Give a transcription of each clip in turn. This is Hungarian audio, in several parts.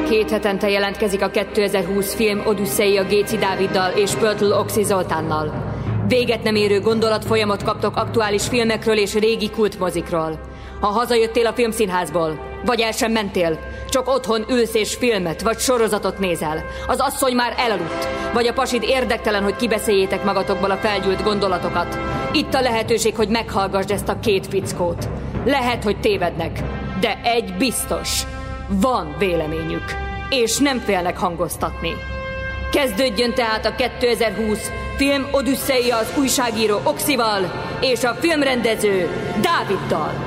2 hetente jelentkezik a 2020 film Odüsszeia Géci Dáviddal és Pörtl Oxi Zoltánnal. Véget nem érő gondolatfolyamot kaptok aktuális filmekről és régi kultmozikról. Ha hazajöttél a filmszínházból, vagy el sem mentél, csak otthon ülsz és filmet vagy sorozatot nézel, az asszony már elaludt, vagy a pasid érdektelen, hogy kibeszéljétek magatokból a felgyűlt gondolatokat. Itt a lehetőség, hogy meghallgassd ezt a 2 fickót. Lehet, hogy tévednek, de egy biztos. Van véleményük, és nem félnek hangoztatni. Kezdődjön tehát a 2020 film Odüsszeia az újságíró Oxival és a filmrendező Dáviddal.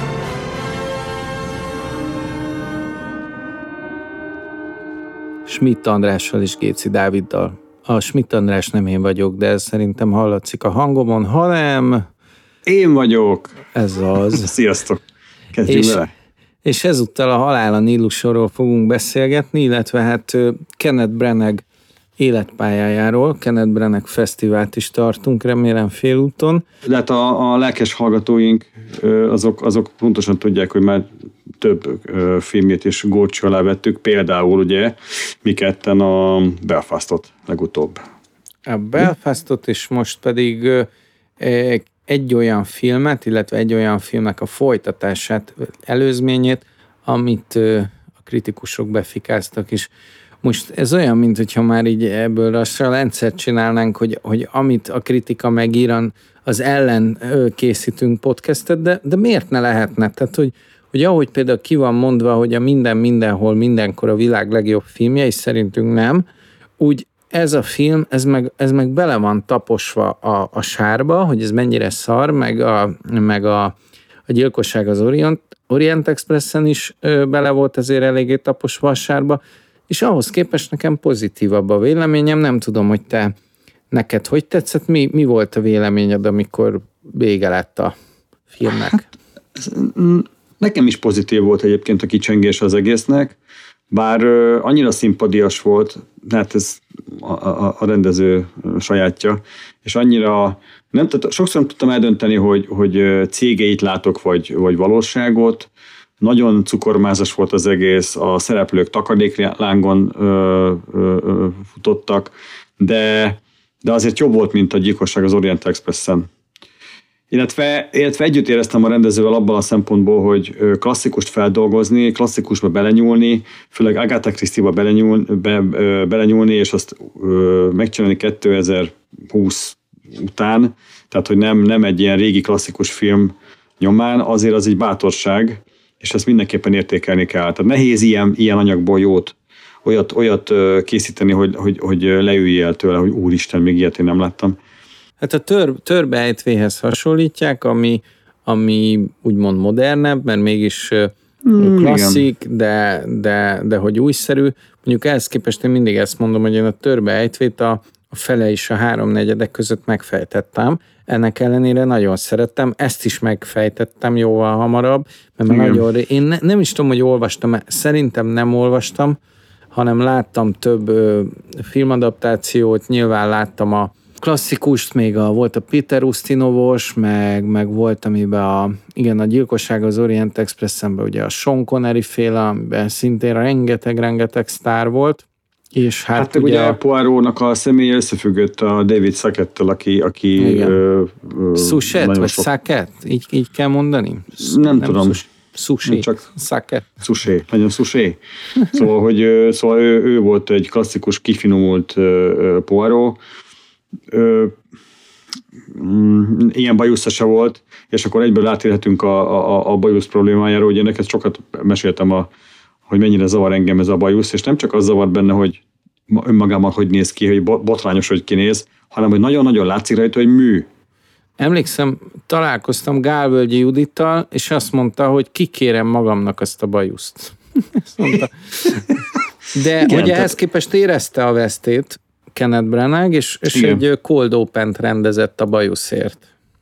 Schmidt Andrással és Géci Dáviddal. A Schmidt András nem én vagyok, de ez szerintem hallatszik a hangomon, hanem... Én vagyok! Ez az. Sziasztok! Kezdjünk vele! És ezúttal a Halál a Nílusról fogunk beszélgetni, illetve hát Kenneth Branagh életpályájáról, Kenneth Branagh fesztivált is tartunk, remélem félúton. Tehát a lelkes hallgatóink azok pontosan tudják, hogy már több filmjét is górcső alá vettük, például ugye mi ketten a Belfastot legutóbb. A Belfastot, és most pedig egy olyan filmet, illetve egy olyan filmnek a folytatását, előzményét, amit a kritikusok befikáztak is. Most ez olyan, mint hogyha már így ebből lassan rendszert csinálnánk, hogy amit a kritika megír, az ellen készítünk podcastet, de miért ne lehetne? Tehát, hogy ahogy például ki van mondva, hogy a mindenhol, mindenkor a világ legjobb filmje, és szerintünk nem, úgy ez a film, ez meg bele van taposva a sárba, hogy ez mennyire szar, meg a gyilkosság az Orient Expressen is bele volt ezért eléggé taposva a sárba, és ahhoz képest nekem pozitívabb a véleményem, nem tudom, hogy neked hogy tetszett, mi volt a véleményed, amikor vége lett a filmnek? Hát, nekem is pozitív volt egyébként a kicsengés az egésznek, bár annyira szimpadias volt, hát ez a rendező sajátja, és annyira sokszor nem tudtam eldönteni, hogy cégeit látok, vagy valóságot. Nagyon cukormázas volt az egész, a szereplők takadéklángon futottak, de azért jobb volt, mint a gyilkosság az Orient Expressen. Illetve együtt éreztem a rendezővel abban a szempontból, hogy klasszikust feldolgozni, klasszikusba belenyúlni, főleg Agatha Christie-ba belenyúlni, és azt megcsinálni 2020 után, tehát hogy nem egy ilyen régi klasszikus film nyomán, azért az egy bátorság, és ezt mindenképpen értékelni kell. Tehát nehéz ilyen anyagból olyat készíteni, hogy leüljél tőle, hogy úristen, még ilyet én nem láttam. Hát a Törbeejtvéhez hasonlítják, ami úgymond modernebb, mert mégis klasszik, de hogy újszerű. Mondjuk ehhez képest én mindig ezt mondom, hogy én a Törbeejtvét a fele és a 3/4 között megfejtettem. Ennek ellenére nagyon szerettem, ezt is megfejtettem jóval hamarabb, mert én nem is tudom, hogy olvastam, szerintem nem olvastam, hanem láttam több filmadaptációt, nyilván láttam a klasszikust, még volt a Peter Ustinovos, meg volt, amiben a gyilkosság az Orient Expressenben ugye a Sean Connery féle, amiben szintén rengeteg sztár volt. És hát ugye a Poirot-nak a személye összefüggött a David Sackettel, aki Suchet, vagy Sackett? Így kell mondani? Nem tudom. Sushi. Csak Sackett. Sushi. Nagyon sushi. Szóval ő volt egy klasszikus, kifinomult Poirot. Ilyen bajusza se volt, és akkor egyből átérhetünk a bajusz problémájáról. Ugye neked sokat meséltem, hogy mennyire zavar engem ez a bajusz, és nem csak az zavar benne, hogy önmagában hogy néz ki, hogy botrányos, hogy kinéz, hanem hogy nagyon-nagyon látszik rajta, hogy mű. Emlékszem, találkoztam Gálvölgyi Judittal, és azt mondta, hogy kikérem magamnak azt a bajuszt. Ezt mondta. De igen, ugye ehhez képest érezte a vesztét Kenneth Branagh, és egy cold open-t rendezett a bajuszért.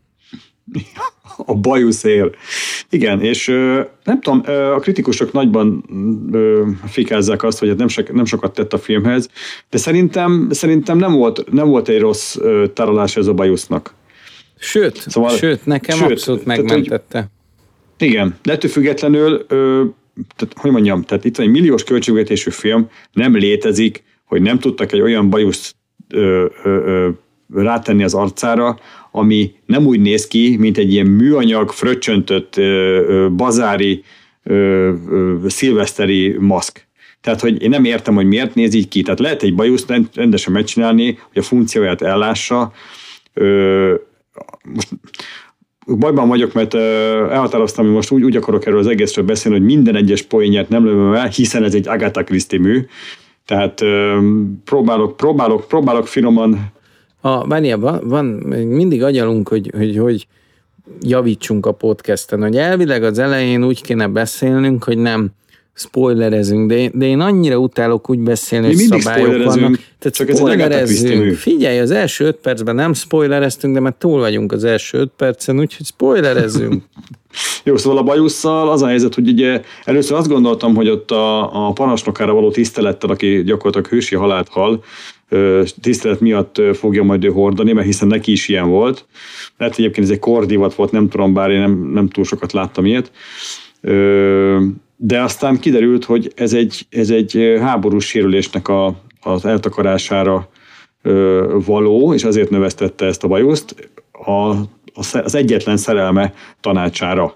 A bajuszért. Igen, és nem tudom, a kritikusok nagyban fikázzák azt, hogy nem sokat tett a filmhez, de szerintem nem volt egy rossz tárolás ez a bajusznak. Sőt, nekem abszolút megmentette. Igen, de ettől függetlenül tehát, hogy mondjam, tehát itt van egy milliós költségvetésű film, nem létezik, hogy nem tudtak egy olyan bajuszt rátenni az arcára, ami nem úgy néz ki, mint egy ilyen műanyag, fröccsöntött, bazári, szilveszteri maszk. Tehát, hogy én nem értem, hogy miért néz így ki. Tehát lehet egy bajuszt rendesen megcsinálni, hogy a funkcióját ellássa. Most bajban vagyok, mert elhatároztam, hogy most úgy akarok erről az egészről beszélni, hogy minden egyes poénját nem lövöm el, hiszen ez egy Agatha Christie mű. Tehát próbálok finoman. Van, mindig agyalunk, hogy javítsunk a podcasten, hogy elvileg az elején úgy kéne beszélnünk, hogy nem spoilerezünk, de én annyira utálok úgy beszélni, hogy szabályok vannak. Tehát spoilerezünk. Figyelj, az első 5 percben nem spoilereztünk, de már túl vagyunk az első 5 percen, úgyhogy spoilerezünk. Jó, szóval a bajusszal az a helyzet, hogy ugye először azt gondoltam, hogy ott a parancsnokára való tisztelettel, aki gyakorlatilag hősi halált hal, tisztelet miatt fogja majd ő hordani, mert hiszen neki is ilyen volt. Lehet, hogy egyébként ez egy kordivat volt, nem tudom, bár én nem túl sokat láttam ilyet. De aztán kiderült, hogy ez egy háborús sérülésnek az eltakarására való, és azért növesztette ezt a bajuszt az egyetlen szerelme tanácsára.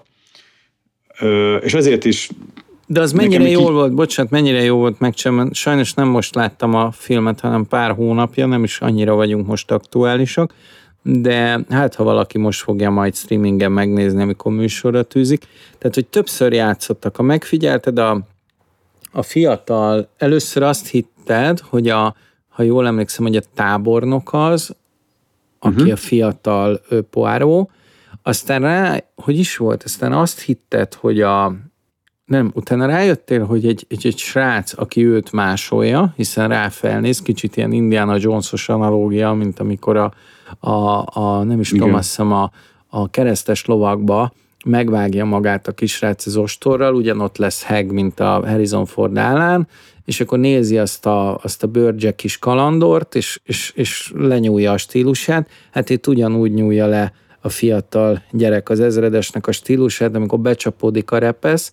És ezért is. De az mennyire jól volt, mennyire jó volt megcsinálni. Sajnos nem most láttam a filmet, hanem pár hónapja, nem is annyira vagyunk most aktuálisak, de hát ha valaki most fogja majd streamingen megnézni, amikor műsorra tűzik. Tehát, hogy többször játszottak. Ha megfigyelted a fiatal, először azt hitted, hogy ha jól emlékszem, hogy a tábornok az, aki a fiatal Poirot, aztán hogy is volt? Aztán azt hitted, hogy utána rájöttél, hogy egy srác, aki őt másolja, hiszen rá felnéz, kicsit ilyen Indiana Jones-os analógia, mint amikor nem is tudom, azt hiszem a keresztes lovakba megvágja magát a kisrác az ostorral, ugyanott lesz Hag, mint a Harrison Ford állán, és akkor nézi azt a bőrgyek kis kalandort, és lenyúlja a stílusát. Hát itt ugyanúgy nyúlja le a fiatal gyerek az ezredesnek a stílusát, amikor becsapódik a repesz,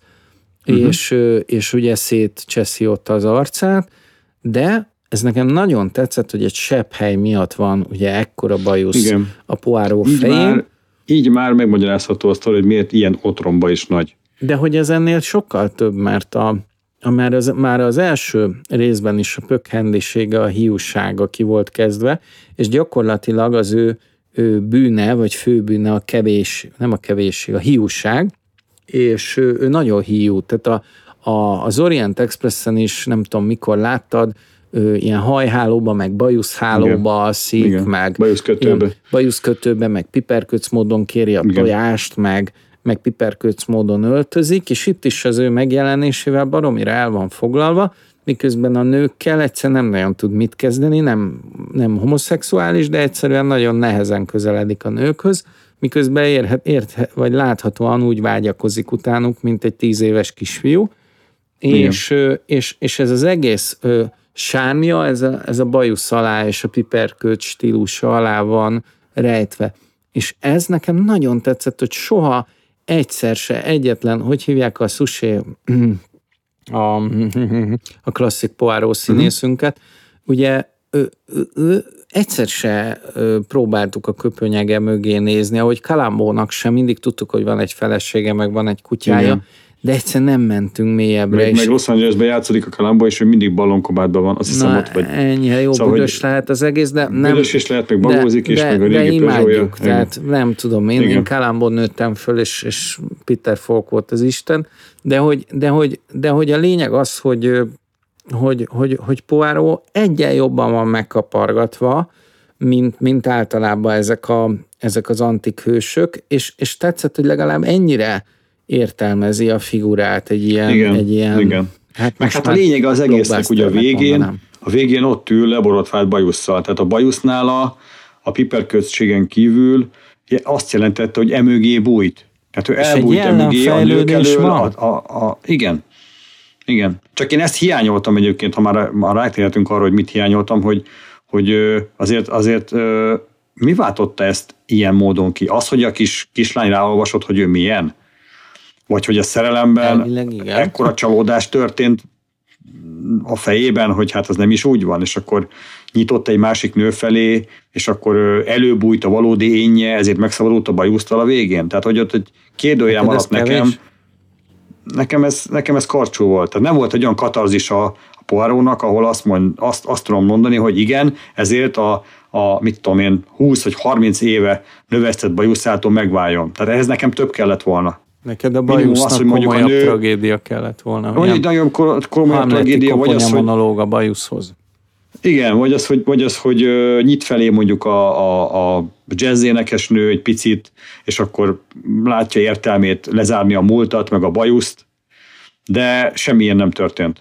és ugye szétcseszi ott az arcát, de ez nekem nagyon tetszett, hogy egy sebb hely miatt van ugye ekkora bajusz a Poirot fején. Így már megmagyarázható azt, hogy miért ilyen otromba is nagy. De hogy ez ennél sokkal több, mert már az első részben is a pökhendisége, a hiúsága ki volt kezdve, és gyakorlatilag az ő bűne, vagy főbűne a hiúság, és ő nagyon hiú. Tehát az Orient Expressen is, nem tudom mikor láttad, ilyen hajhálóba, meg bajuszhálóba alszik, meg bajuszkötőbe, meg piperköc módon kéri a tojást, meg piperköc módon öltözik, és itt is az ő megjelenésével baromira el van foglalva, miközben a nőkkel egyszerűen nem nagyon tud mit kezdeni, nem homoszexuális, de egyszerűen nagyon nehezen közeledik a nőkhöz, miközben vagy láthatóan úgy vágyakozik utánuk, mint egy 10 éves kisfiú, és ez az egész sármja, ez a bajusz alá és a piperköcs stílusa alá van rejtve. És ez nekem nagyon tetszett, hogy soha egyszer se egyetlen, hogy hívják a Suchet, a klasszik Poirot színészünket, ugye egyszer se próbáltuk a köpönyege mögé nézni, ahogy Columbo-nak sem, mindig tudtuk, hogy van egy felesége, meg van egy kutyája, de egyszer nem mentünk mélyebbre. Meg Los Angelesben játszódik a Columbo, és ő mindig ballonkabátban van, azt hiszem ott vagy. Ennyi, jó, szóval, büdös lehet az egész, de nem... Büdös is lehet, meg bagózik is, meg a régi Peugeot-ja. Tehát nem tudom, én Columbo nőttem föl, és Peter Falk volt az Isten, de hogy a lényeg az, hogy Poirot egyen jobban van megkapargatva, mint általában ezek az antik hősök, és tetszett, hogy legalább ennyire értelmezi a figurát egy ilyen... Igen. Hát a lényeg az egésznek, ugye a végén ott ül leborotvált bajusszal, tehát a bajussznál a piperköcségen kívül azt jelentette, hogy emögé bújt. Tehát ő elbújt emögé a nők elől. Igen. Csak én ezt hiányoltam egyébként, ha már rátérhetünk arra, hogy mit hiányoltam, hogy azért mi váltotta ezt ilyen módon ki? Az, hogy a kislány ráolvasott, hogy ő milyen? Vagy hogy a szerelemben ekkora csalódás történt a fejében, hogy hát az nem is úgy van, és akkor nyitott egy másik nő felé, és akkor előbújt a valódi énje, ezért megszabadult a bajusztal a végén. Tehát, hogy ott egy kérdőjel maradt nekem ez karcsú volt. Tehát nem volt egy olyan katarzis a Poirotnak, ahol azt tudom mondani, hogy igen, ezért a mit tudom én, 20 vagy 30 éve növesztett bajuszától megváljon. Tehát ehhez nekem több kellett volna. Neked a bajusznak komolyabb tragédia kellett volna. Vagy nagyon komolyabb tragédia, vagy az, hogy monológ a bajuszhoz. Igen, vagy az, hogy nyit felé mondjuk a jazz-énekes nő egy picit, és akkor látja értelmét lezárni a múltat, meg a bajuszt, de semmilyen nem történt.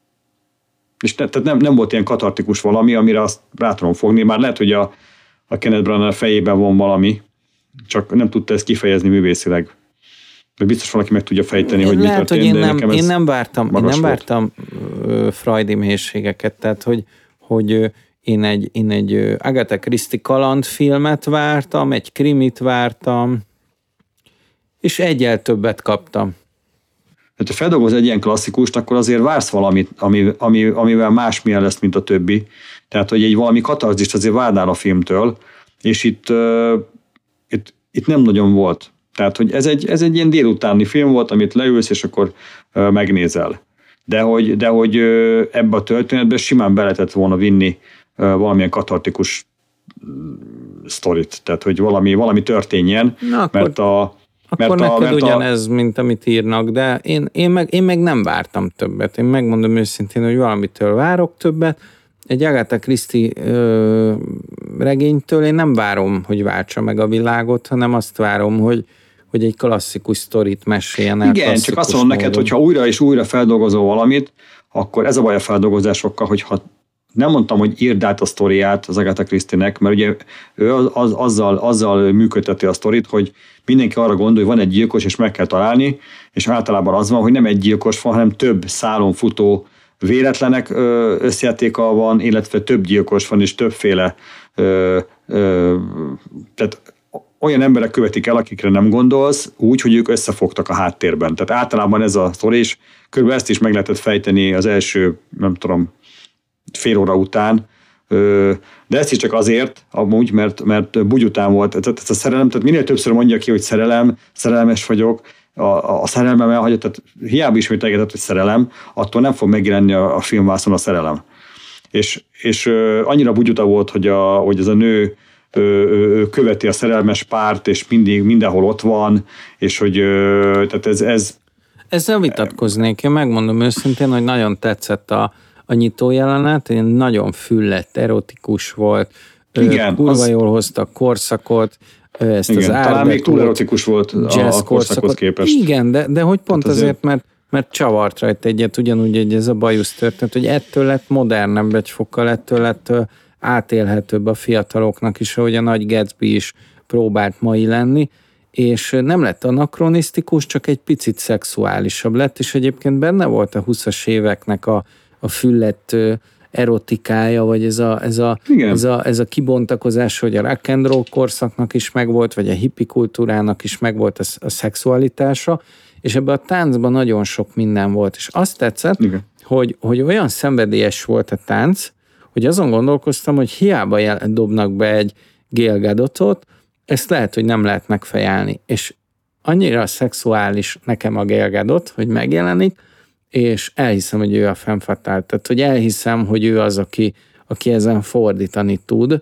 És tehát nem volt ilyen katartikus valami, amire azt rá tudom fogni. Már lehet, hogy a Kenneth Branagh fejében van valami, csak nem tudta ezt kifejezni művészileg. De biztos valaki meg tudja fejteni, hogy mi történt. Én nem vártam freudi mélységeket, tehát hogy én egy Agatha Christie kalandfilmet vártam, egy krimit vártam, és egyel többet kaptam. Hát, ha feldolgoz egy ilyen klasszikust, akkor azért vársz valamit, amivel másmilyen lesz, mint a többi. Tehát, hogy egy valami katarzist azért várnál a filmtől, és itt nem nagyon volt. Tehát, hogy ez egy ilyen délutáni film volt, amit leülsz, és akkor megnézel. De hogy ebbe a történetbe simán be lehetett volna vinni valamilyen katartikus sztorit. Tehát, hogy valami történjen, Akkor neked ugyanez, mint amit írnak, de én meg nem vártam többet. Én megmondom őszintén, hogy valamitől várok többet. Egy Agatha Christie regénytől én nem várom, hogy váltsa meg a világot, hanem azt várom, hogy egy klasszikus sztorit meséljen el. Igen, csak azt mondom neked, hogyha újra és újra feldolgozol valamit, akkor ez a baj a feldolgozásokkal, hogyha nem mondtam, hogy írd át a sztoriát az Agatha Christie-nek, mert ugye ő azzal működteti a sztorit, hogy mindenki arra gondol, hogy van egy gyilkos, és meg kell találni, és általában az van, hogy nem egy gyilkos van, hanem több szálon futó véletlenek összejátéka van, illetve több gyilkos van, és többféle tehát olyan emberek követik el, akikre nem gondolsz, úgy, hogy ők összefogtak a háttérben. Tehát általában ez a sztori, és körülbelül ezt is meg lehetett fejteni az első, nem tudom, fél óra után, de ezt is csak azért, amúgy, mert bugy után volt. Tehát ez a szerelem, tehát minél többször mondja ki, hogy szerelmes vagyok, a szerelmem elhagyott, tehát hiába ismételgetett, hogy szerelem, attól nem fog megjelenni a filmvászon a szerelem. És annyira bugyuta volt, hogy ez a nő követi a szerelmes párt, és mindenhol ott van, és hogy tehát ez... Ezzel vitatkoznék. Én megmondom őszintén, hogy nagyon tetszett a nyitó jelenet, nagyon füllett, erotikus volt, igen, kurva jól hozta a korszakot, ezt igen, az talán még túl erotikus volt a korszakhoz képest. Igen, de hogy pont hát azért, mert csavart rajta egyet, ugyanúgy, hogy ez a bajusz történt, hogy ettől lett modernebb egy fokkal, ettől lett átélhetőbb a fiataloknak is, ahogy a Nagy Gatsby is próbált mai lenni, és nem lett anakronisztikus, csak egy picit szexuálisabb lett, és egyébként benne volt a 20-as éveknek a füllett erotikája, vagy ez a kibontakozás, hogy a rock and roll korszaknak is megvolt, vagy a hippi kultúrának is megvolt a szexualitása, és ebben a táncban nagyon sok minden volt, és azt tetszett, hogy olyan szenvedélyes volt a tánc, hogy azon gondolkoztam, hogy hiába dobnak be egy Gal Gadotot, ezt lehet, hogy nem lehet megfejelni, és annyira szexuális nekem a Gal Gadot, hogy megjelenik, és elhiszem, hogy ő a femme fatale. Tehát, hogy elhiszem, hogy ő az, aki ezen fordítani tud,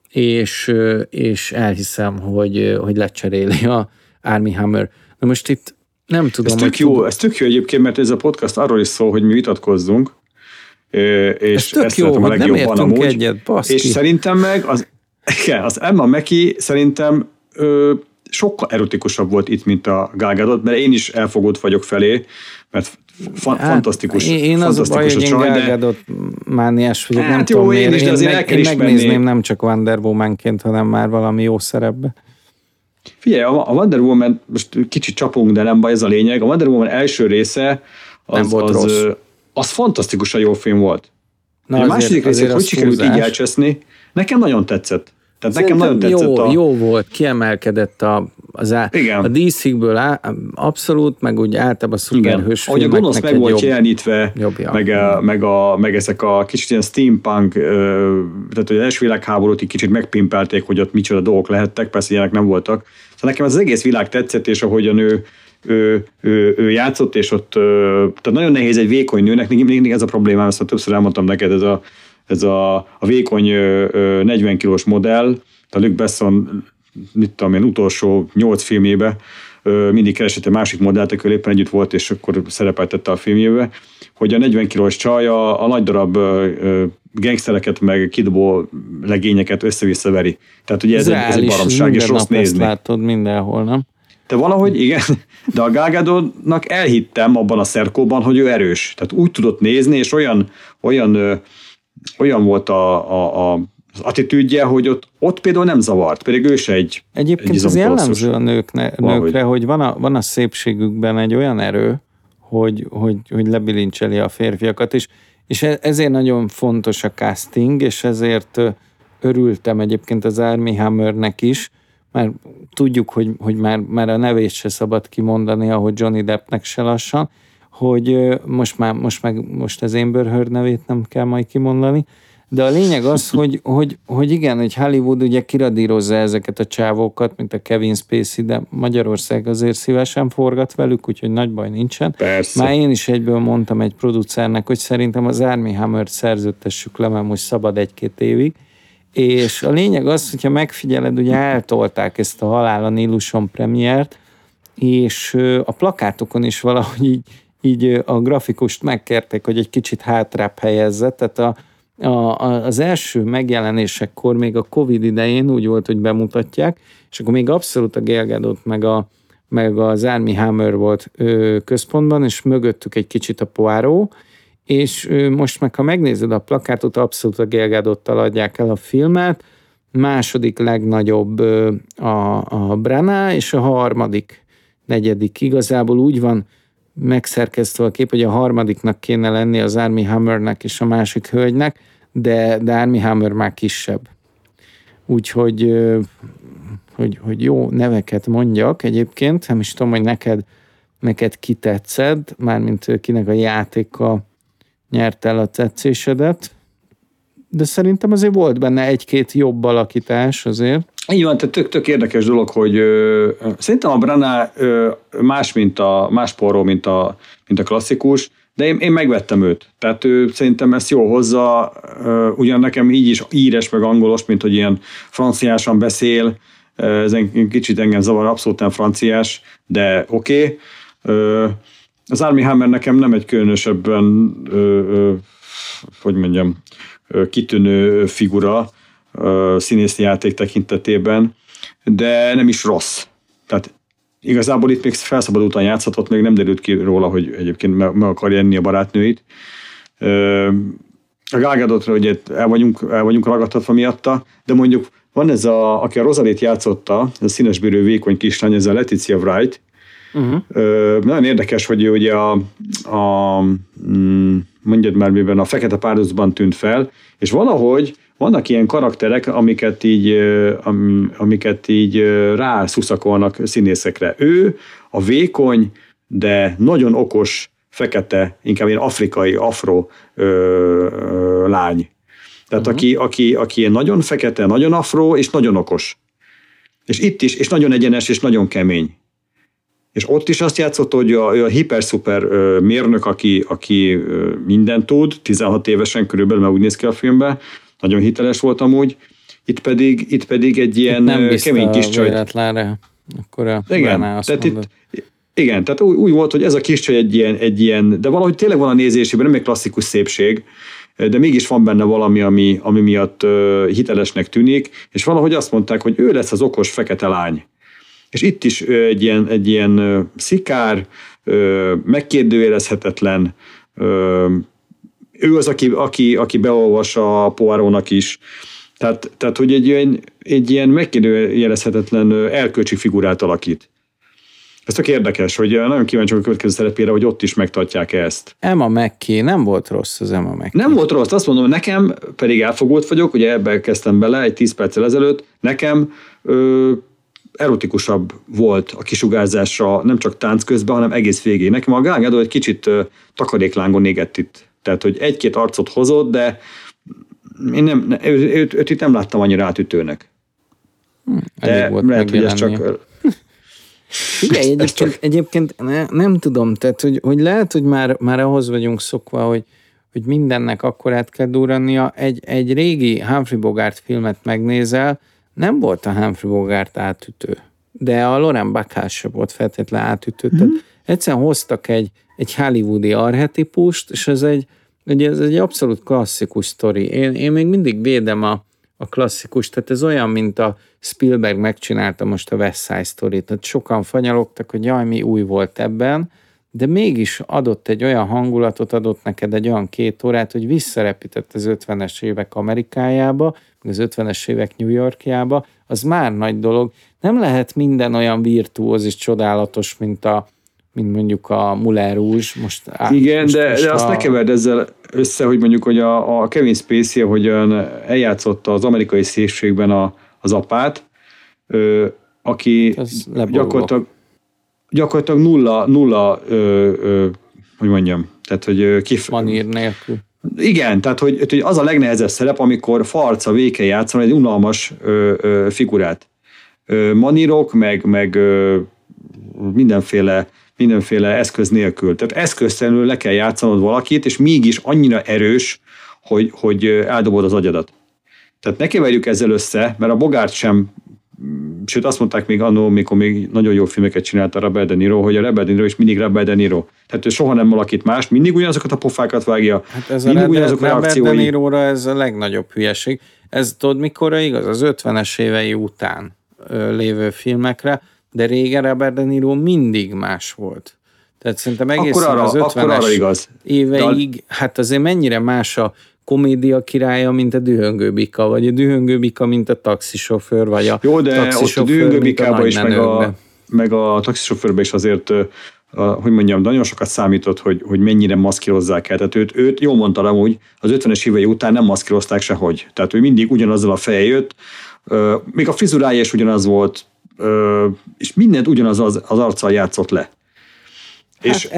és elhiszem, hogy lecseréli a Armie Hammer. Na most itt nem tudom. Ez tök jó egyébként, mert ez a podcast arról is szól, hogy mi vitatkozzunk, és ez tök jó, hogy nem értünk egyet, baszki. És szerintem meg az Emma Mackey szerintem sokkal erotikusabb volt itt, mint a Gal Gadot, mert én is elfogult vagyok felé, mert fantasztikus. Én az a baj, hogy én Gal Gadot mániás vagyok, nem tudom miért. Én megnézném nem csak Wonder Woman-ként, hanem már valami jó szerepbe. Figyelj, a Wonder Woman, most kicsit csapunk, de nem baj, ez a lényeg. A Wonder Woman első része az fantasztikusan jó film volt. A második részét hogy sikerült így elcseszni? Nekem nagyon tetszett. Tehát nekem nagyon tetszett jó volt, kiemelkedett a DC-ből abszolút, meg úgy általában szuperhős filmeknek. Ahogy a gonosz meg volt jelenítve, meg ezek a kicsit ilyen steampunk, tehát hogy az első világháborút így kicsit megpimpelték, hogy ott micsoda dolgok lehettek, persze ilyenek nem voltak. Szóval nekem az egész világ tetszett, és ahogyan ő játszott, és ott tehát nagyon nehéz egy vékony nőnek, mindig ez a problémám, ezt többször elmondtam neked, ez a vékony 40 kilós modell, a Luc Besson, mit tudom én, utolsó 8 filmjébe mindig keresett egy másik modellt, aki éppen együtt volt, és akkor szerepeltette a filmjébe, hogy a 40 kilós csaj a nagy darab gangstereket, meg kidobó legényeket össze-vissza veri. Tehát ugye ez egy baromság, és rossz nézni. Látod mindenhol, nem? De valahogy igen, de a Gal Gadotnak elhittem abban a szerkóban, hogy ő erős. Tehát úgy tudott nézni, és olyan volt az attitűdje, hogy ott például nem zavart, pedig ő se egy Egyébként ez jellemző a nőkre, hogy van a szépségükben egy olyan erő, hogy lebilincseli a férfiakat, és ezért nagyon fontos a casting, és ezért örültem egyébként az Armie Hammernek is, mert tudjuk, hogy már a nevét se szabad kimondani, ahogy Johnny Deppnek se lassan, hogy most az Amber Heard nevét nem kell majd kimondani, de a lényeg az, hogy igen, hogy Hollywood ugye kiradírozza ezeket a csávókat, mint a Kevin Spacey, de Magyarország azért szívesen forgat velük, úgyhogy nagy baj nincsen. Persze. Már én is egyből mondtam egy producernek, hogy szerintem az Armie Hammert szerződtessük le, mert most szabad 1-2 évig, és a lényeg az, hogyha megfigyeled, ugye eltolták ezt a Halál a Níluson premiért, és a plakátokon is valahogy így a grafikust megkérték, hogy egy kicsit hátrább helyezze, tehát az első megjelenésekkor még a Covid idején úgy volt, hogy bemutatják, és akkor még abszolút a Gal Gadot meg az Armie Hammer volt központban, és mögöttük egy kicsit a Poirot, és most meg, ha megnézed a plakátot, abszolút a Gal Gadottal adják el a filmet, második legnagyobb a Branagh, és a harmadik, negyedik. Igazából úgy van megszerkesztve a kép, hogy a harmadiknak kéne lenni az Armie Hammernek és a másik hölgynek, de Armie Hammer már kisebb. Úgyhogy hogy jó neveket mondjak egyébként, nem is tudom, hogy neked ki tetszed, mármint kinek a játéka nyert el a tetszésedet, de szerintem azért volt benne egy-két jobb alakítás azért. Így van, tehát tök érdekes dolog, hogy szerintem a Branagh más Poirot, mint a klasszikus, de én megvettem őt. Tehát ő szerintem ezt jól hozza, ugyan nekem így is íres meg angolos, mint hogy ilyen franciásan beszél, ez kicsit engem zavar, abszolút nem franciás, de oké. Az Armie Hammer nekem nem egy különösebben, hogy mondjam, kitűnő figura színészi játék tekintetében, de nem is rossz. Tehát igazából itt még felszabadultan játszhatott, még nem derült ki róla, hogy egyébként meg akarja enni a barátnőit. A Gal Gadotra ugye el vagyunk ragadtatva miatta, de mondjuk van ez aki a Rosalét játszotta, ez a színesbőrű vékony kislány, ez a Letitia Wright. Nagyon érdekes, hogy ő ugye mondjad már miben, a Fekete Párducban tűnt fel, és valahogy vannak ilyen karakterek, amiket így rászuszakolnak színészekre. Ő a vékony, de nagyon okos, fekete, inkább ilyen afrikai, afro lány. Tehát aki nagyon fekete, nagyon afro, és nagyon okos. És itt is, és nagyon egyenes, és nagyon kemény. És ott is azt játszott, hogy a hiper-szuper mérnök, aki mindent tud, 16 évesen körülbelül, mert úgy néz ki a filmben, nagyon hiteles volt amúgy, itt pedig egy ilyen kemény kis csaj. Akkor igen, tehát úgy volt, hogy ez a kis csaj egy ilyen, de valahogy tényleg van a nézésében, nem egy klasszikus szépség, de mégis van benne valami, ami miatt hitelesnek tűnik, és valahogy azt mondták, hogy ő lesz az okos fekete lány. És itt is egy ilyen szikár, megkérdőjelezhetetlen, ő az, aki beolvas a Poirotnak is. Tehát hogy egy ilyen megkérdőjelezhetetlen erkölcsi figurát alakít. Ez tök érdekes, hogy nagyon kíváncsi a következő szerepére, hogy ott is megtartják ezt. Emma McKay, nem volt rossz az Emma McKay. Nem volt rossz, azt mondom, nekem pedig elfogult vagyok, ugye ebben kezdtem bele egy 10 perccel ezelőtt, nekem erotikusabb volt a kisugárzása nem csak tánc közben, hanem egész végig. Nekem a Gal Gadot egy kicsit takaréklángon égett itt. Tehát, hogy egy-két arcot hozott, de én őt itt nem láttam annyira átütőnek. De lehet, hogy ez csak... Figyelj, egyébként nem tudom, tehát, hogy lehet, hogy már ahhoz vagyunk szokva, hogy mindennek akkor át kell durrannia. Egy régi Humphrey Bogart filmet megnézel, nem volt a Humphrey Bogart átütő, de a Lauren Bacall se volt feltétlenül átütő. Tehát egyszerűen hoztak egy hollywoodi archetipust, és ez egy abszolút klasszikus sztori. Én még mindig védem a klasszikus, tehát ez olyan, mint a Spielberg megcsinálta most a West Side Story-t. Tehát sokan fanyalogtak, hogy jaj, mi új volt ebben, de mégis adott egy olyan hangulatot, adott neked egy olyan 2 órát, hogy visszarepített az 50-es évek Amerikájába, meg az 50-es évek New Yorkjába, az már nagy dolog. Nem lehet minden olyan virtuóz és csodálatos, mint mondjuk a Moulin Rouge. Igen, de azt ne keverd ezzel össze, hogy mondjuk, hogy a Kevin Spacey, ahogyan eljátszotta az amerikai szépségben az apát, aki gyakorlatilag nulla hogy mondjam, tehát, hogy manír nélkül. Igen, tehát, hogy az a legnehezebb szerep, amikor farca véke játszani egy unalmas figurát. Manírok, meg mindenféle eszköz nélkül. Tehát eszköztelenül le kell játszanod valakit, és mégis annyira erős, hogy eldobod az agyadat. Tehát ne keverjük ezzel össze, mert a Bogart sem, sőt azt mondták még annól, mikor még nagyon jó filmeket csinált a Robert De Niro, hogy a Robert De Niro is mindig Robert De Niro. Tehát ő soha nem valakit más, mindig ugyanazokat a pofákat vágja, hát ez mindig ugyanazok a reakciói. Robert De Niro-ra ez a legnagyobb hülyeség. Ez tudod mikorra igaz? Az 50-es évei után lévő filmekre, de régen Robert De Niro mindig más volt. Tehát szerintem egészen az 50-es éveig, hát azért mennyire más a komédia királya, mint a Dühöngő Bika, vagy a Dühöngő Bika, mint a taxisofőr, vagy a jó, de ott a Dühöngő Bikában is, meg a taxisofőrben is azért, hogy mondjam, nagyon sokat számított, hogy mennyire maszkírozzák el. Tehát őt jól mondta amúgy, az 50-es évei után nem maszkírozták sehogy. Tehát ő mindig ugyanazzal a feje jött, még a frizurája is ugyanaz volt, és mindent ugyanaz az arccal játszott le. Hát és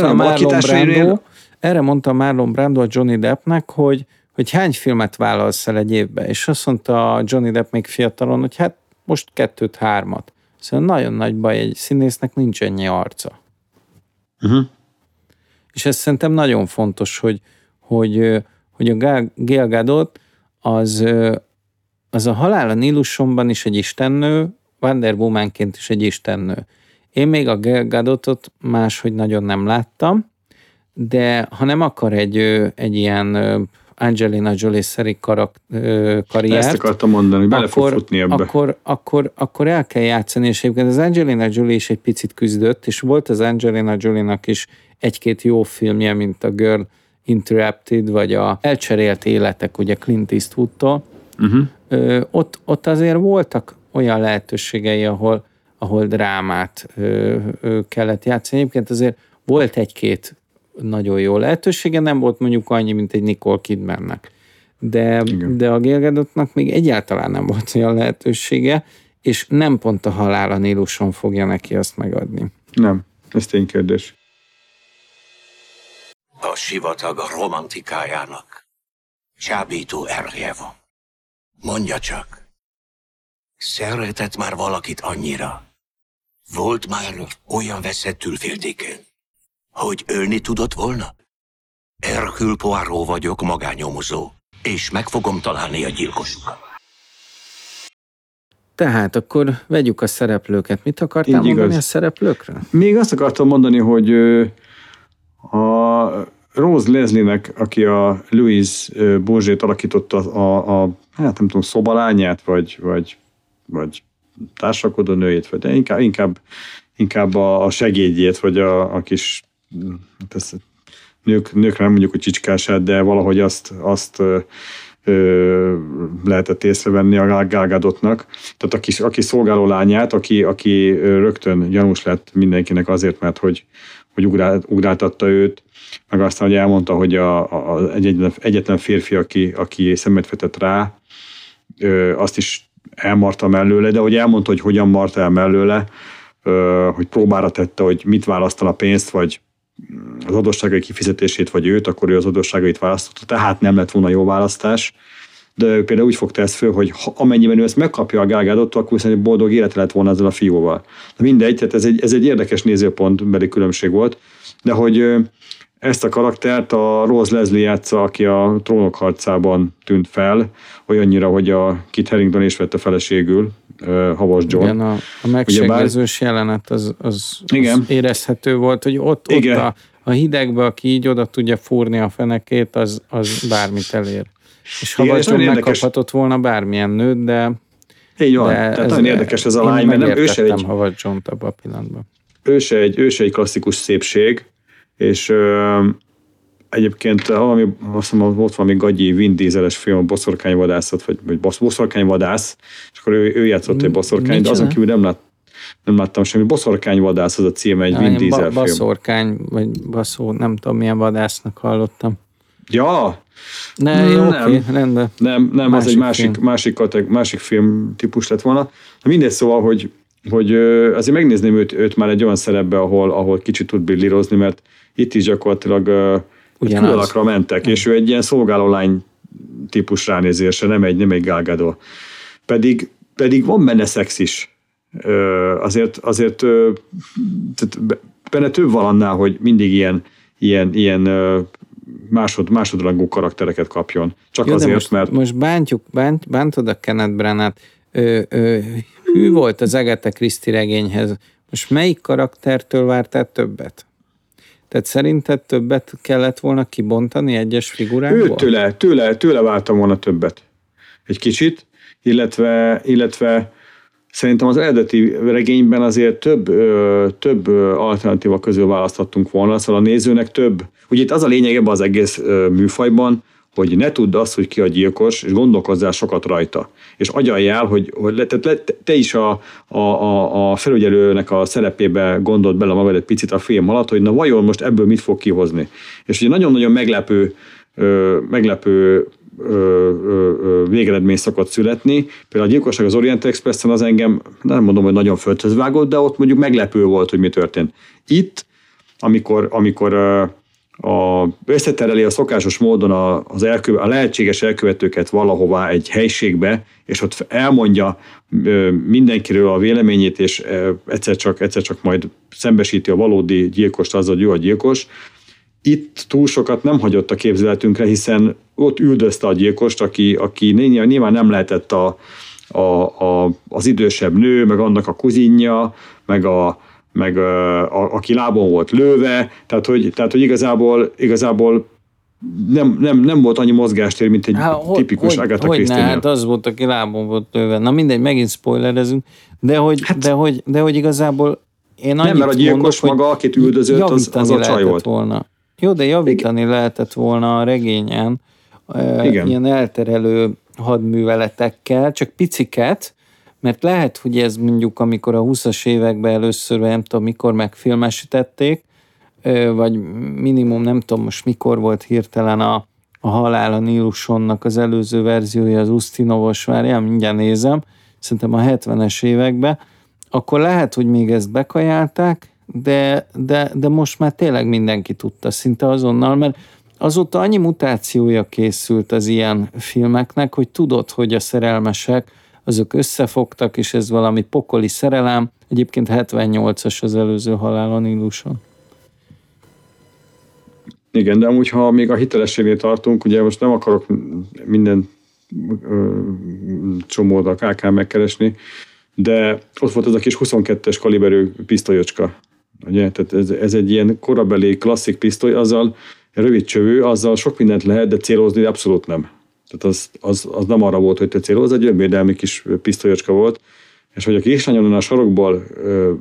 erre mondta Marlon Brando a Johnny Deppnek, hogy hány filmet vállalsz el egy évbe, és azt mondta Johnny Depp még fiatalon, hogy hát most 2-3. Szóval nagyon nagy baj, egy színésznek nincs ennyi arca. És ez szerintem nagyon fontos, hogy a Gal Gadot az a Halál a Nílusomban is egy istennő, Wonder Womanként is egy istennő. Én még a Gal Gadotot máshogy nagyon nem láttam, de ha nem akar egy ilyen Angelina Jolie-szeri karriert, ezt akartam mondani, hogy bele fog futni ebbe. Akkor el kell játszani, és egyébként az Angelina Jolie is egy picit küzdött, és volt az Angelina Jolie-nak is 1-2 jó filmje, mint a Girl Interrupted, vagy a Elcserélt életek, ugye Clint Eastwoodtól. Ott azért voltak olyan lehetőségei, ahol drámát kellett játszani. Egyébként azért volt 1-2 nagyon jó lehetősége, nem volt mondjuk annyi, mint egy Nicole Kidmannek. De a Gal Gadotnak még egyáltalán nem volt olyan lehetősége, és nem pont a Halál a Níluson fogja neki azt megadni. Nem, ez ténykérdés. A sivatag romantikájának csábító erje van. Mondja csak, szeretett már valakit annyira? Volt már olyan veszettül féltékeny, hogy ölni tudott volna? Hercule Poirot vagyok, magánnyomozó, és meg fogom találni a gyilkosokat. Tehát akkor vegyük a szereplőket. Mit akartál mondani a szereplőkről? Még azt akartam mondani, hogy a Rose Leslie-nek, aki a Louise Bourget alakította hát nem tudom, szobalányát, vagy társalkodó nőjét, vagy de inkább a segédjét, vagy a kis nőkre nem mondjuk, hogy csicskását, de valahogy azt lehetett észrevenni a Gal Gadotnak. Tehát aki szolgáló lányát, aki rögtön gyanús lett mindenkinek azért, mert hogy ugráltatta őt, meg aztán, hogy elmondta, hogy az egyetlen férfi, aki szemet vetett rá, azt is elmarta mellőle, de hogy elmondta, hogy hogyan marta el mellőle, hogy próbára tette, hogy mit választana, pénzt, vagy az adósságai kifizetését, vagy őt, akkor ő az adósságait választotta, tehát nem lett volna jó választás. De ő például úgy fogta ezt föl, hogy amennyiben ő ezt megkapja a Gal Gadottól, akkor viszont egy boldog élete lett volna ezzel a fiúval. De mindegy, tehát ez egy érdekes nézőpontbeli különbség volt, de hogy ezt a karaktert a Rose Leslie játsza, aki a Trónok harcában tűnt fel, olyannyira, hogy a Kit Harington is vette feleségül, Havas John. Igen, a megsegezős jelenet az érezhető volt, hogy ott a hidegbe, aki így oda tudja fúrni a fenekét, az bármit elér. És Havas John megkaphatott volna bármilyen nőt, de... Így van, tehát nagyon érdekes ez a lány, mert nem, ő se egy... Havas John-t abban a pillanatban. Ő se egy klasszikus szépség, és egyébként azt hiszem, ott valami gagyi Vin Dieseles film, a boszorkányvadászat, vagy boszorkányvadász, és akkor ő játszott egy boszorkány, de azon kívül nem láttam semmi. Boszorkányvadász az a címe, egy Vin Diesel film. Baszorkány, vagy baszó, nem tudom milyen vadásznak hallottam. Ja! Oké, rendben. Nem, az egy másik film típus lett volna. Mindegy, szóval, hogy azért megnézném őt már egy olyan szerepbe, ahol kicsit tud billírozni, mert itt is gyakorlatilag túlalakra mentek, és ő egy ilyen szolgálólány típus ránézésre, nem egy Gal Gadot. Pedig van benne szex is. Azért benne több van annál, hogy mindig ilyen másodrangú karaktereket kapjon. Csak azért, mert... Most bántod a Kenneth Branagh-t. Hű volt az Agatha Christie regényhez. Most melyik karaktertől vártál többet? Tehát szerinted többet kellett volna kibontani egyes figurákból? Tőle vártam volna többet. Egy kicsit, illetve szerintem az eredeti regényben azért több alternatíva közül választhattunk volna, szóval a nézőnek több. Ugye itt az a lényeg ebben az egész műfajban, hogy ne tudd azt, hogy ki a gyilkos, és gondolkozzál sokat rajta. És agyaljál, hogy te is a felügyelőnek a szerepébe gondold bele magad egy picit a film alatt, hogy na vajon most ebből mit fog kihozni. És ugye nagyon-nagyon meglepő végeredmény szokott születni. Például a Gyilkosság az Orient Expressen az engem, nem mondom, hogy nagyon földhöz vágott, de ott mondjuk meglepő volt, hogy mi történt. Itt, amikor összetereli a szokásos módon a lehetséges elkövetőket valahová egy helységbe, és ott elmondja mindenkiről a véleményét, és egyszer csak majd szembesíti a valódi gyilkost azzal, hogy ő a gyilkos. Itt túl sokat nem hagyott a képzeletünkre, hiszen ott üldözte a gyilkost, aki nyilván nem lehetett az idősebb nő, meg annak a kuzinja, meg aki lábon volt lőve, tehát hogy igazából nem volt annyi mozgástér, mint egy tipikus Agatha Christie-nél. Hát az volt, aki lábon volt lőve. Na mindegy, megint spoilerezünk, de hogy igazából én annyit mert a gyilkos mondok, maga, akit üldözött, az a csaj volt. Volna. Jó, de javítani lehetett volna a regényen ilyen elterelő hadműveletekkel, csak piciket, mert lehet, hogy ez mondjuk, amikor a 20-as években először, nem tudom, mikor megfilmesítették, vagy minimum nem tudom most mikor volt hirtelen a Halál a Nílusonnak az előző verziója, az Ustinovos, várjál, mindjárt nézem, szerintem a 70-es években, akkor lehet, hogy még ezt bekajálták, de most már tényleg mindenki tudta szinte azonnal, mert azóta annyi mutációja készült az ilyen filmeknek, hogy tudod, hogy a szerelmesek azok összefogtak, és ez valami pokoli szerelem. Egyébként 78-as az előző Halál a Níluson. Igen, de amúgy, ha még a hitelességnél tartunk, ugye most nem akarok minden csomót a KK megkeresni, de ott volt ez a kis 22-es kaliberű pisztolyocska. Ugye? Tehát ez egy ilyen korabeli klasszik pisztoly, azzal rövid csövű, azzal sok mindent lehet, de célozni abszolút nem. Tehát az nem arra volt, hogy te célozz, egy önvédelmi kis pisztolyocska volt, és hogy a kislányon a sarokból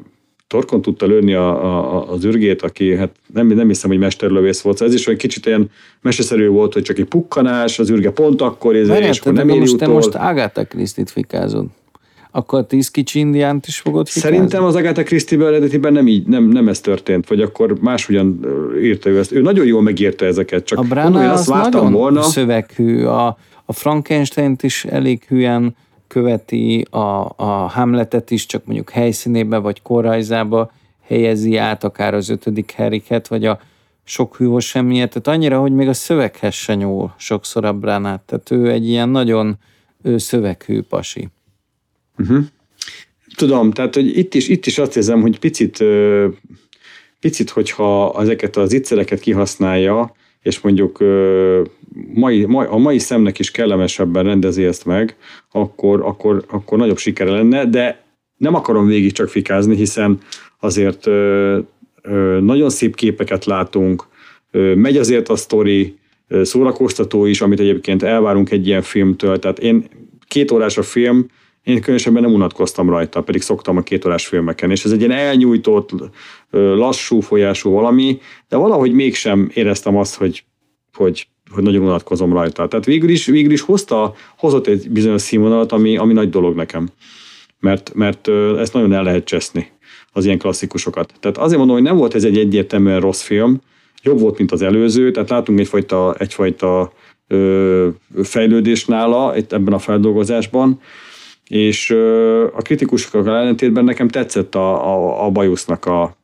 torkon tudta lőni az ürgét, aki hát nem hiszem, hogy mesterlövész volt. Ez is olyan kicsit olyan meseszerű volt, hogy csak egy pukkanás, az ürge pont akkor, és akkor nem éri utol. Te most Agatha Christie-t fikázod. Akkor a 10 kicsi indiánt is fogod fikázni? Szerintem az Agatha Christie-ben eredetiben nem ez történt, vagy akkor máshogyan írta ő ezt. Ő nagyon jól megírta ezeket, csak a Branagh én azt vártam volna. Szöveghű, a Frankensteint is elég hülyen követi, a Hamletet is csak mondjuk helyszínébe vagy korrajzába helyezi át, akár az 5. Harryket, vagy a sok hűhöz semmiért. Tehát annyira, hogy még a szöveghez se nyúl sokszor a Branagh. Tehát ő egy ilyen nagyon szöveghű pasi. Uh-huh. Tudom, tehát hogy itt is azt érzem, hogy picit, hogyha ezeket az ígyszereket kihasználja, és mondjuk a mai szemnek is kellemesebben rendezi ezt meg, akkor nagyobb sikere lenne, de nem akarom végig csak fikázni, hiszen azért nagyon szép képeket látunk, megy azért a sztori, szórakoztató is, amit egyébként elvárunk egy ilyen filmtől, tehát 2 órás a film, én különösebben nem unatkoztam rajta, pedig szoktam a 2 órás filmeken, és ez egy ilyen elnyújtott, lassú folyású valami, de valahogy mégsem éreztem azt, hogy nagyon unatkozom rajta. Tehát végül is hozott egy bizonyos színvonalat, ami nagy dolog nekem. Mert ezt nagyon el lehet cseszni, az ilyen klasszikusokat. Tehát azért mondom, hogy nem volt ez egy egyértelműen rossz film, jobb volt, mint az előző, tehát látunk egyfajta fejlődés nála ebben a feldolgozásban, és a kritikusok ellentétben nekem tetszett a bajusznak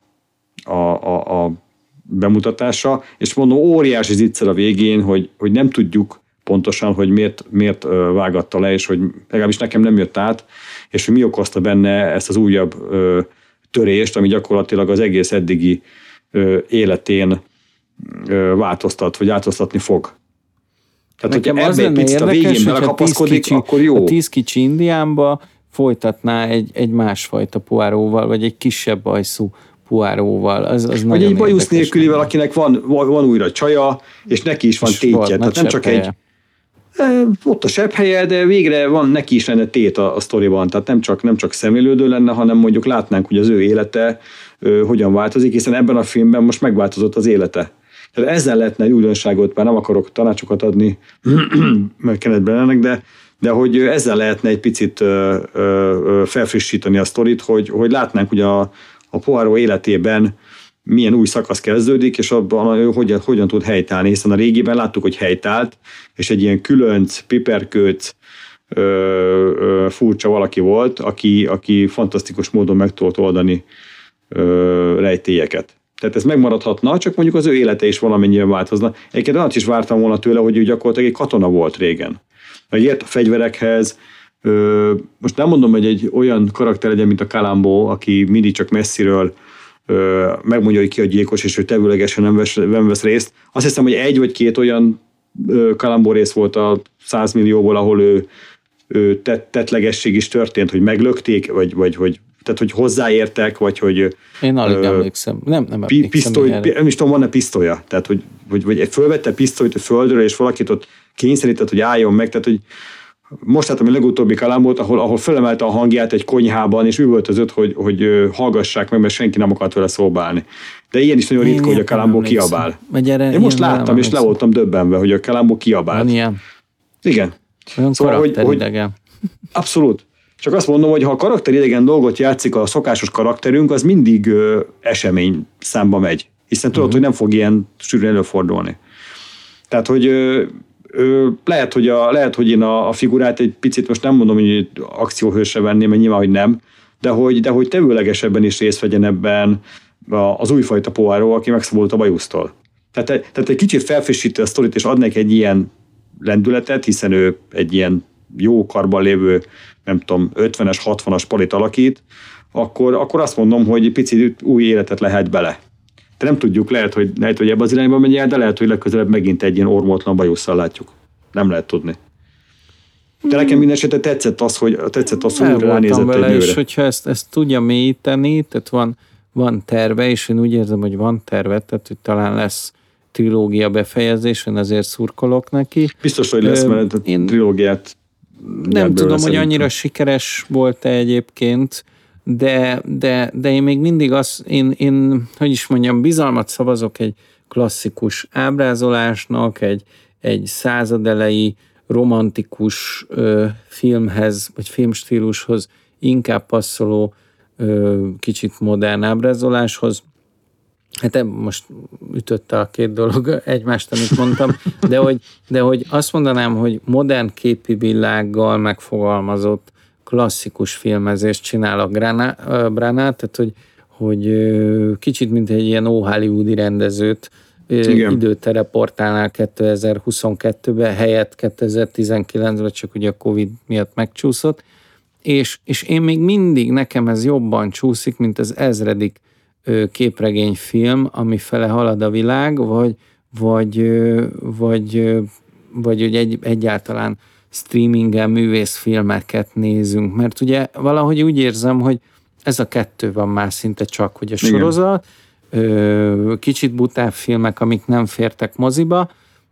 a bemutatása, és mondom, óriási zicser a végén, hogy nem tudjuk pontosan, hogy miért vágatta le, és hogy legalábbis nekem nem jött át, és hogy mi okozta benne ezt az újabb törést, ami gyakorlatilag az egész eddigi életén változtat, vagy változtatni fog. Tehát, nekem hogy ebben egy picit a végén belekapaszkodik, akkor jó. A 10 kicsi indiánba folytatná egy másfajta Poiróval, vagy egy kisebb ajszú Poiróval. Az vagy nagyon egy bajusz nélkülivel, akinek van újra csaja, és neki is van tétje. Tehát nem csak ott a sebbhelye, de végre van neki is lenne tét a sztoriban. Tehát nem csak szemlélődő lenne, hanem mondjuk látnánk, hogy az ő élete hogyan változik, hiszen ebben a filmben most megváltozott az élete. Tehát ezzel lehetne egy újdonságot, már nem akarok tanácsokat adni, mert Kenneth Branaghnek, de hogy ezzel lehetne egy picit felfrissíteni a sztorit, hogy látnánk, hogy a Poirot életében milyen új szakasz kezdődik, és abban ő hogyan tud helytállni, hiszen a régiben láttuk, hogy helytált, és egy ilyen különc, piperkőc, furcsa valaki volt, aki fantasztikus módon meg tudott oldani rejtélyeket. Tehát ez megmaradhatna, csak mondjuk az ő élete is valamennyire változna. Egyébként azt is vártam volna tőle, hogy ő gyakorlatilag egy katona volt régen. Megért a fegyverekhez. Most nem mondom, hogy egy olyan karakter legyen, mint a Columbo, aki mindig csak messziről megmondja, hogy ki a gyilkos, és ő tevőlegesen nem vesz részt. Azt hiszem, hogy 1 vagy 2 olyan Columbo rész volt a 100 millióból, ahol ő tettlegesség is történt, hogy meglökték, vagy tehát, hogy hozzáértek, vagy hogy... Én alig emlékszem. Nem emlékszem. Nem is tudom, van-e pisztolya? Tehát, hogy fölvette pisztolyt a földről, és valakit ott kényszerített, hogy álljon meg. Tehát, hogy most láttam a legutóbbi Columbo-t, ahol fölemelte a hangját egy konyhában, és üvöltözött, hogy hallgassák meg, mert senki nem akart vele szóbálni. De ilyen is nagyon ritka, hogy a Columbo kiabál. Én most láttam, és le voltam döbbenve, hogy a Columbo kiabált. Van ilyen? Igen. Olyan szóval, karakteridegen. Abszolút. Csak azt mondom, hogy ha a karakteridegen dolgot játszik a szokásos karakterünk, az mindig esemény számba megy. Hiszen tudod, hogy nem fog ilyen sűrűn előfordulni. Tehát, hogy lehet, hogy én a figurát egy picit, most nem mondom, hogy akcióhősre venném, mert nyilván, hogy nem, de hogy tevőlegesebben is részt vegyen ebben az újfajta Poirot, aki megszabadult a bajusztól. Tehát egy kicsit felfrissíti a sztorit, és ad neki egy ilyen lendületet, hiszen ő egy ilyen jó karban lévő, nem tudom, 50-es, 60-as palit alakít, akkor azt mondom, hogy picit új életet lehet bele. De nem tudjuk, lehet, hogy ebbe az irányba megy el, de lehet, hogy legközelebb megint egy ilyen ormótlan bajusszal látjuk. Nem lehet tudni. De nekem minden esetre tetszett az, hogy újra ránézett egy nőre. És hogyha ezt tudja mélyíteni, tehát van terve, és én úgy érzem, hogy van terve, tehát hogy talán lesz trilógia befejezés, én azért szurkolok neki. Biztos, hogy lesz, mert a trilógiát nem tudom, hogy annyira sikeres volt-e egyébként, de én még mindig én hogy is mondjam, bizalmat szavazok egy klasszikus ábrázolásnak, egy századelei romantikus filmhez, vagy filmstílushoz inkább passzoló kicsit modern ábrázoláshoz. Hát most ütötte a két dolog egymást, amit mondtam, de hogy azt mondanám, hogy modern képi világgal megfogalmazott klasszikus filmezést csinál a Branagh, tehát hogy kicsit mint egy ilyen hollywoodi rendezőt időteleportálnál 2022-ben, helyett 2019-ben, csak ugye a Covid miatt megcsúszott, és én még mindig, nekem ez jobban csúszik, mint az 1000. képregényfilm, ami fele halad a világ, vagy hogy egyáltalán streamingen művészfilmeket nézünk, mert ugye valahogy úgy érzem, hogy ez a kettő van már szinte csak, hogy a sorozat, kicsit butább filmek, amik nem fértek moziba,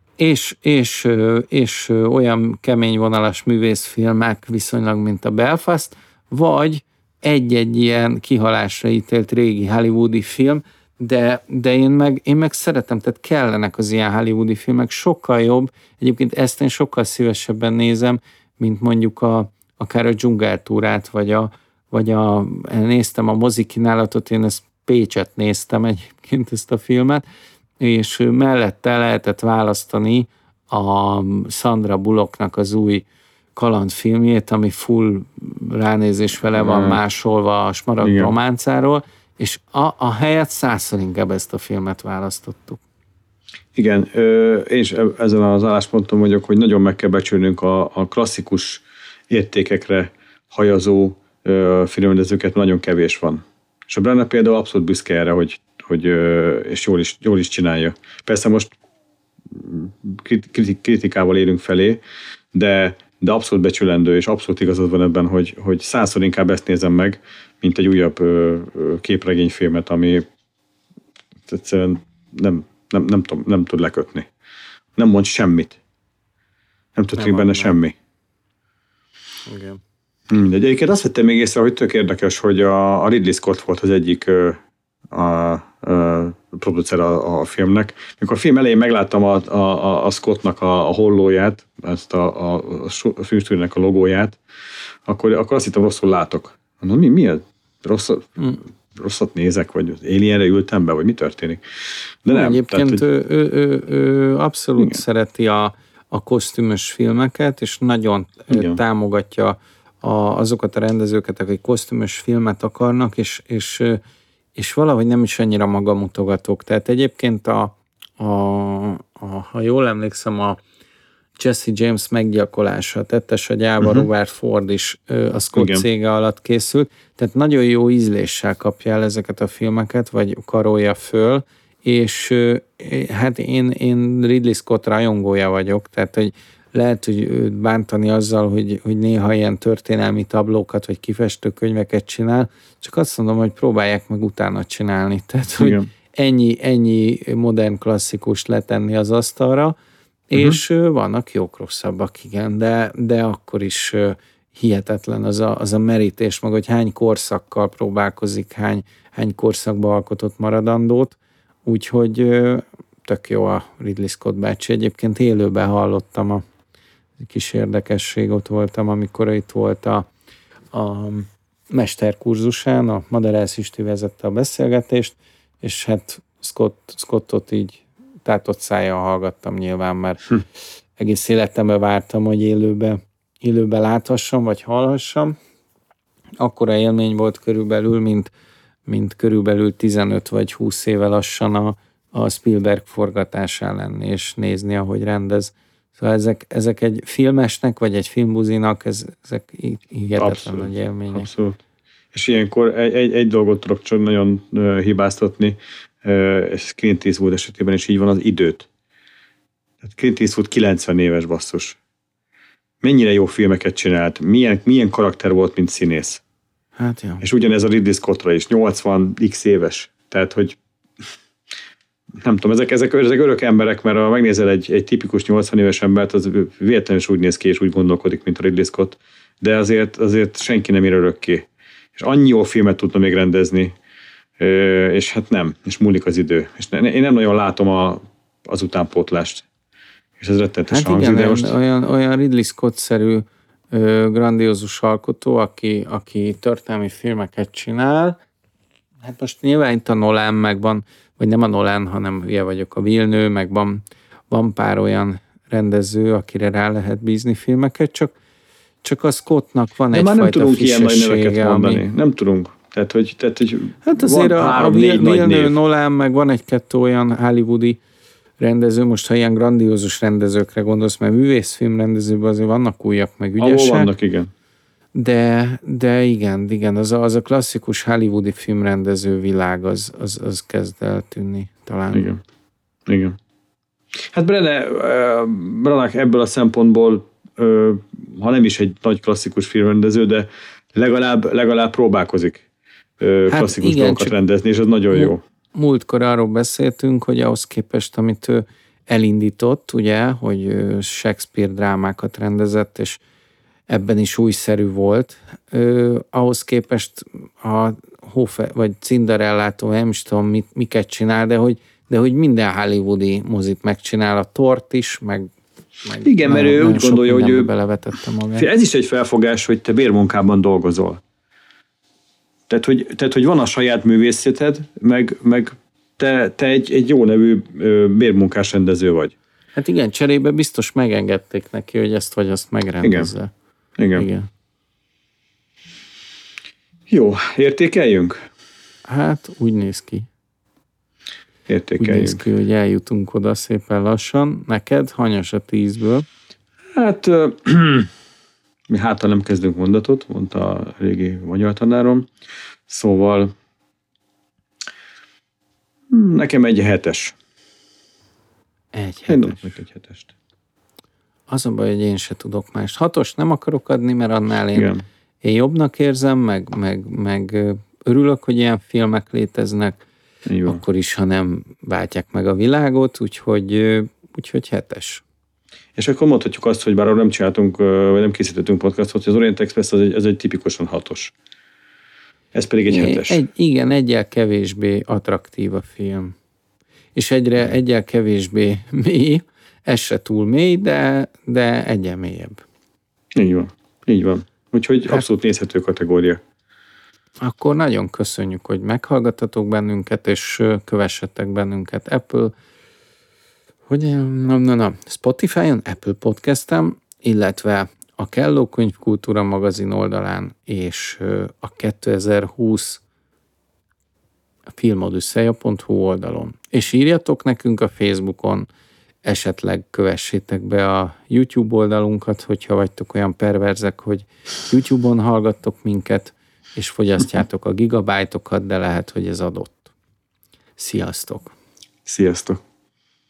és olyan kemény vonalas művészfilmek viszonylag, mint a Belfast, vagy egy-egy ilyen kihalásra ítélt régi hollywoodi film, de én meg szeretem, tehát kellenek az ilyen hollywoodi filmek, sokkal jobb, egyébként ezt én sokkal szívesebben nézem, mint mondjuk akár a dzsungeltúrát, vagy néztem a mozikínálatot, én ezt Pécset néztem egyébként ezt a filmet, és mellette lehetett választani a Sandra Bullocknak az új kalandfilmjét, ami full ránézés vele van másolva a Smaragd románcáról, és a helyet 100-szor inkább ezt a filmet választottuk. Igen, és ezen az állásponton vagyok, hogy nagyon meg kell becsülnünk a klasszikus értékekre hajazó filmrendezőket, nagyon kevés van. És a Branagh például abszolút büszke erre, hogy és jól is csinálja. Persze most kritikával érünk felé, de abszolút becsülendő, és abszolút igazad van ebben, hogy 100-szor inkább ezt nézem meg, mint egy újabb képregényfilmet, ami egyszerűen nem tud lekötni. Nem mond semmit. Nem történik benne semmi. Igen. De egyébként azt vettem még észre, hogy tök érdekes, hogy a Ridley Scott volt az egyik a producer a filmnek. Mikor a film elején megláttam a Scottnak a hollóját, ezt a filmstúdiónak a logóját, akkor azt hittem, rosszul látok. Mondom, mi ez? Rosszat nézek, vagy Alienre ültem be, vagy mi történik? De nem. Egyébként tehát, ő abszolút igen. Szereti a kosztümös filmeket, és nagyon igen. támogatja azokat a rendezőket, akik kosztümös filmet akarnak, és valahogy nem is annyira magamutogatók. Tehát egyébként ha jól emlékszem, a Jesse James meggyilkolása, a Tettes agyába Robert Ford is a Scott igen. cége alatt készült, tehát nagyon jó ízléssel kapja el ezeket a filmeket, vagy karolja föl, és hát én Ridley Scott rajongója vagyok, tehát hogy lehet, hogy őt bántani azzal, hogy néha ilyen történelmi tablókat, vagy kifestőkönyveket csinál, csak azt mondom, hogy próbálják meg utána csinálni. Tehát, hogy ennyi modern klasszikust letenni az asztalra, és vannak jók, rosszabbak, igen, de akkor is hihetetlen az a merítés, meg hogy hány korszakkal próbálkozik, hány korszakba alkotott maradandót, úgyhogy tök jó a Ridley Scott bácsi. Egyébként élőben hallottam a kis érdekesség, ott voltam, amikor itt volt a mesterkurzusán, a Madarász Isti vezette a beszélgetést, és hát Scottot így tátott szájjal hallgattam nyilván, mert egész életemben vártam, hogy élőbe láthassam, vagy hallhassam. Akkora élmény volt körülbelül, mint körülbelül 15 vagy 20 éve lassan a Spielberg forgatásán lenni, és nézni, ahogy rendez. Szóval ezek egy filmesnek, vagy egy filmbuzinak, ezek hihetetlen nagy élmények. Abszolút. És ilyenkor egy dolgot tudok csak nagyon hibáztatni, ez Clint Eastwood esetében is így van, az időt. Tehát Clint Eastwood 90 éves basszus. Mennyire jó filmeket csinált, milyen karakter volt, mint színész. Hát jó. És ugyanez a Ridley Scottra is, 80x éves. Tehát, hogy nem tudom, ezek örök emberek, mert ha megnézel egy tipikus 80 éves embert, az véletlenül is úgy néz ki, és úgy gondolkodik, mint a Ridley Scott, de azért senki nem ér örökké. és annyi jó filmet tudna még rendezni, és hát nem, és múlik az idő. És én nem nagyon látom az utánpótlást. És ez rettenetes hangzik, igen, de most... olyan Ridley Scott-szerű grandiózus alkotó, aki történelmi filmeket csinál. Hát most nyilván itt a Nolan megvan, vagy nem a Nolan, hanem ugye vagyok a Villeneuve, meg van pár olyan rendező, akire rá lehet bízni filmeket, csak a Scottnak van egyfajta frissessége, ami... Nem tudunk. Tehát, hogy hát azért a Villeneuve, Nolan, meg van egy-kettő olyan hollywoodi rendező, most ha ilyen grandiózus rendezőkre gondolsz, mert művészfilmrendezőben azért vannak újak, meg ügyesek. Ahol vannak, igen. De igen, az a klasszikus hollywoodi filmrendező világ, az kezd eltűnni talán. Igen. Hát Branagh ebből a szempontból, ha nem is egy nagy klasszikus filmrendező, de legalább próbálkozik klasszikus dolgokat rendezni, és az nagyon jó. Múltkor arról beszéltünk, hogy ahhoz képest, amit ő elindított, ugye, hogy Shakespeare drámákat rendezett, és ebben is újszerű volt. Ahhoz képest a vagy Cinderellától nem is tudom, miket csinál, de hogy minden hollywoodi mozit megcsinál, a Tort is, meg igen, mert ő úgy gondolja, hogy ő belevetette magát. Ez is egy felfogás, hogy te bérmunkában dolgozol. Tehát, hogy van a saját művészeted, meg te egy jó nevű bérmunkás rendező vagy. Hát igen, cserébe biztos megengedték neki, hogy ezt vagy azt megrendezze. Igen. Jó, értékeljünk? Hát úgy néz ki. Értékeljünk. Úgy néz ki, hogy eljutunk oda szépen lassan. Neked hanyas a 10-ből? Hát mi hátra nem kezdünk mondatot, mondta a régi magyar tanárom. Szóval nekem egy 7-es. Egy 7-es. Én adok neki egy 7-est. Az a baj, hogy én se tudok mást. 6-os nem akarok adni, mert annál én jobbnak érzem, meg örülök, hogy ilyen filmek léteznek, akkor is, ha nem váltják meg a világot, úgyhogy 7-es. És akkor mondhatjuk azt, hogy bár nem csináltunk, vagy nem készítettünk podcastot, hogy az Orient Express ez egy tipikusan 6-os. Ez pedig egy 7-es. Igen, egyel kevésbé attraktív a film. És egyel kevésbé mély, ez se túl mély, de egyel mélyebb. Így van. Úgyhogy abszolút nézhető kategória. Akkor nagyon köszönjük, hogy meghallgattatok bennünket, és kövessetek bennünket Apple, Spotify-on, Apple Podcast-en, illetve a Kelló Könyvkultúra magazin oldalán, és a 2020 filmodüsszeja.hu oldalon. És írjatok nekünk a Facebookon, esetleg kövessétek be a YouTube oldalunkat, hogyha vagytok olyan perverzek, hogy YouTube-on hallgattok minket, és fogyasztjátok a gigabájtokat, de lehet, hogy ez adott. Sziasztok! Sziasztok!